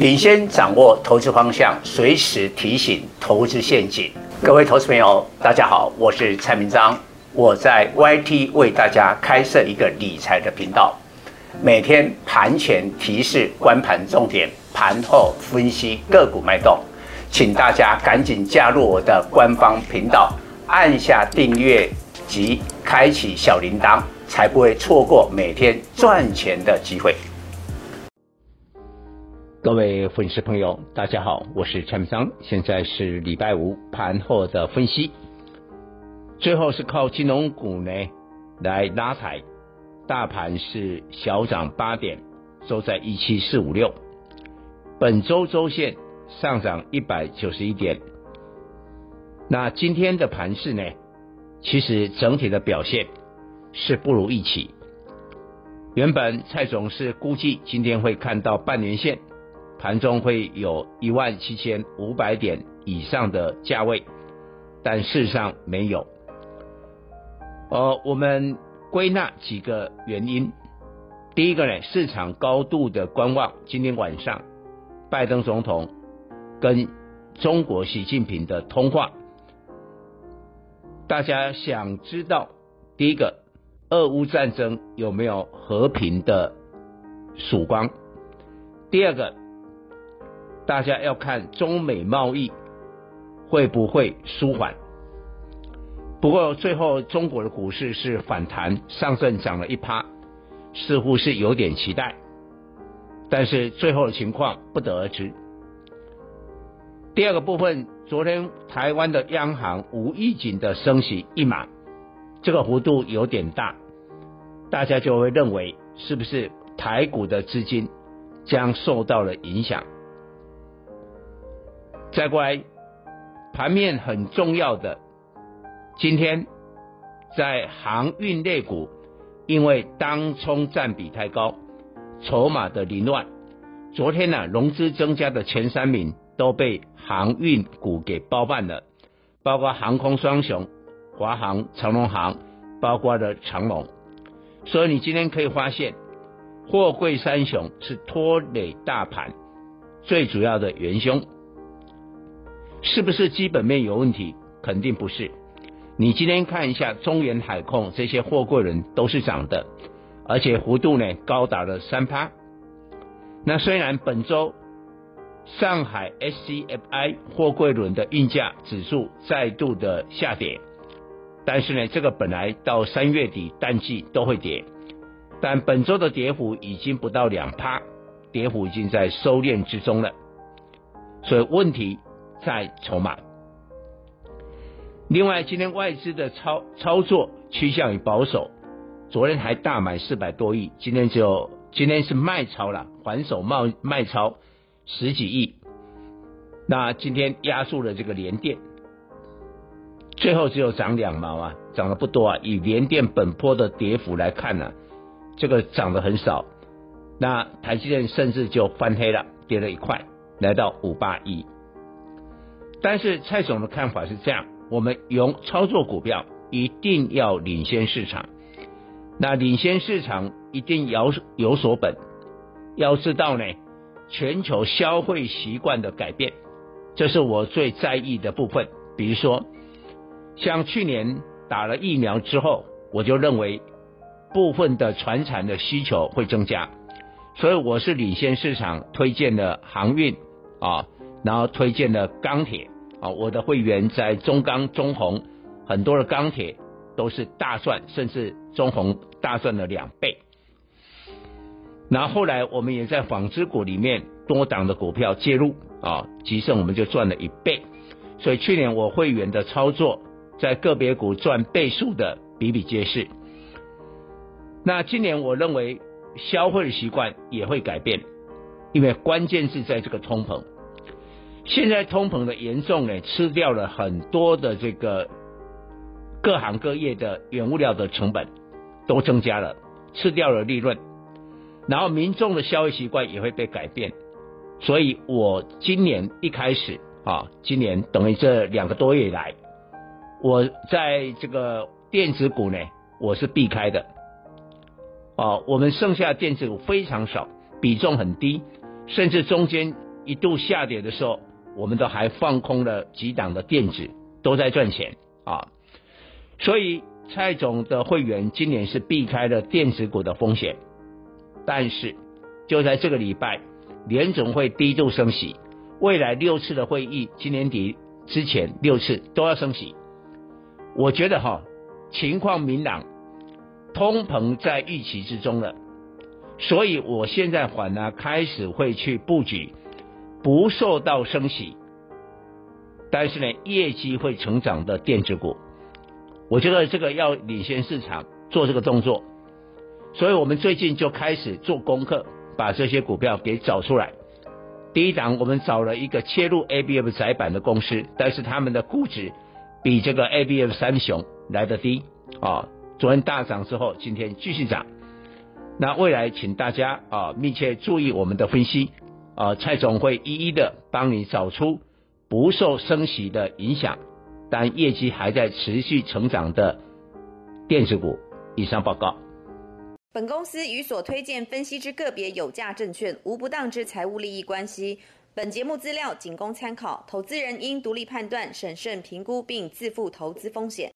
领先掌握投资方向，随时提醒投资陷阱。各位投资朋友，大家好，我是蔡明彰，我在 YT 为大家开设一个理财的频道，每天盘前提示观盘重点，盘后分析个股脉动，请大家赶紧加入我的官方频道，按下订阅及开启小铃铛，才不会错过每天赚钱的机会。各位粉丝朋友，大家好，我是蔡明彰，现在是礼拜五盘后的分析，最后是靠金融股呢来拉抬，大盘是小涨8点，收在17456，本周周线上涨191点。那今天的盘势呢，其实整体的表现是不如预期。原本蔡总是估计今天会看到半年线盘中会有17500点以上的价位，但事实上没有。我们归纳几个原因。第一个呢，市场高度的观望今天晚上拜登总统跟中国习近平的通话，大家想知道第一个，俄乌战争有没有和平的曙光？第二个，大家要看中美贸易会不会舒缓。不过最后中国的股市是反弹，上证涨了1%，似乎是有点期待，但是最后的情况不得而知。第二个部分，昨天台湾的央行无预警的升息1码，这个幅度有点大，大家就会认为是不是台股的资金将受到了影响。再过来，盘面很重要的，今天在航运类股，因为当冲占比太高，筹码的凌乱，昨天融资增加的前3名都被航运股给包办了，包括航空双雄华航、长荣航，包括了长荣。所以你今天可以发现，货柜三雄是拖累大盘最主要的元凶。是不是基本面有问题？肯定不是。你今天看一下中原海控这些货柜轮都是涨的，而且幅度呢高达了3%。那虽然本周上海 SCFI 货柜轮的运价指数再度的下跌，但是呢这个本来到3月底淡季都会跌，但本周的跌幅已经不到2%，跌幅已经在收敛之中了。所以问题在筹码。另外今天外资的操作趋向于保守，昨天还大买400多亿，今天是卖超了，还手卖超10几亿。那今天压住了这个联电，最后只有涨2毛啊，涨得不多啊。以联电本波的跌幅来看呢，这个涨得很少。那台积电甚至就翻黑了，跌了1块，来到581。但是蔡总的看法是这样，我们操作股票一定要领先市场，那领先市场一定要有所本，要知道呢全球消费习惯的改变，这是我最在意的部分。比如说像去年打了疫苗之后，我就认为部分的传产的需求会增加，所以我是领先市场推荐了航运然后推荐了钢铁我的会员在中钢、中红很多的钢铁都是大赚，甚至中红大赚了2倍。然后后来我们也在纺织股里面多档的股票介入集胜我们就赚了1倍。所以去年我会员的操作在个别股赚倍数的比比皆是。那今年我认为消费的习惯也会改变，因为关键是在这个通膨。现在通膨的严重呢，吃掉了很多的这个各行各业的原物料的成本都增加了，吃掉了利润，然后民众的消费习惯也会被改变。所以我今年一开始今年等于这2个多月以来，我在这个电子股呢我是避开的我们剩下的电子股非常少，比重很低，甚至中间一度下跌的时候，我们都还放空了几档的电子，都在赚钱啊。所以蔡总的会员今年是避开了电子股的风险，但是就在这个礼拜，联总会低度升息，未来6次的会议，今年底之前6次都要升息。我觉得情况明朗，通膨在预期之中了，所以我现在反而开始会去布局不受到升息，但是呢业绩会成长的电子股。我觉得这个要领先市场做这个动作，所以我们最近就开始做功课，把这些股票给找出来。第一档我们找了一个切入 ABF 载板的公司，但是他们的估值比这个 ABF 三雄来得低昨天大涨之后，今天继续涨。那未来请大家密切注意我们的分析蔡总会一一的帮你找出不受升息的影响，但业绩还在持续成长的电子股。以上报告。 本公司与所推荐分析之个别有价证券无不当之财务利益关系。本节目资料仅供参考，投资人应独立判断、审慎评估并自负投资风险。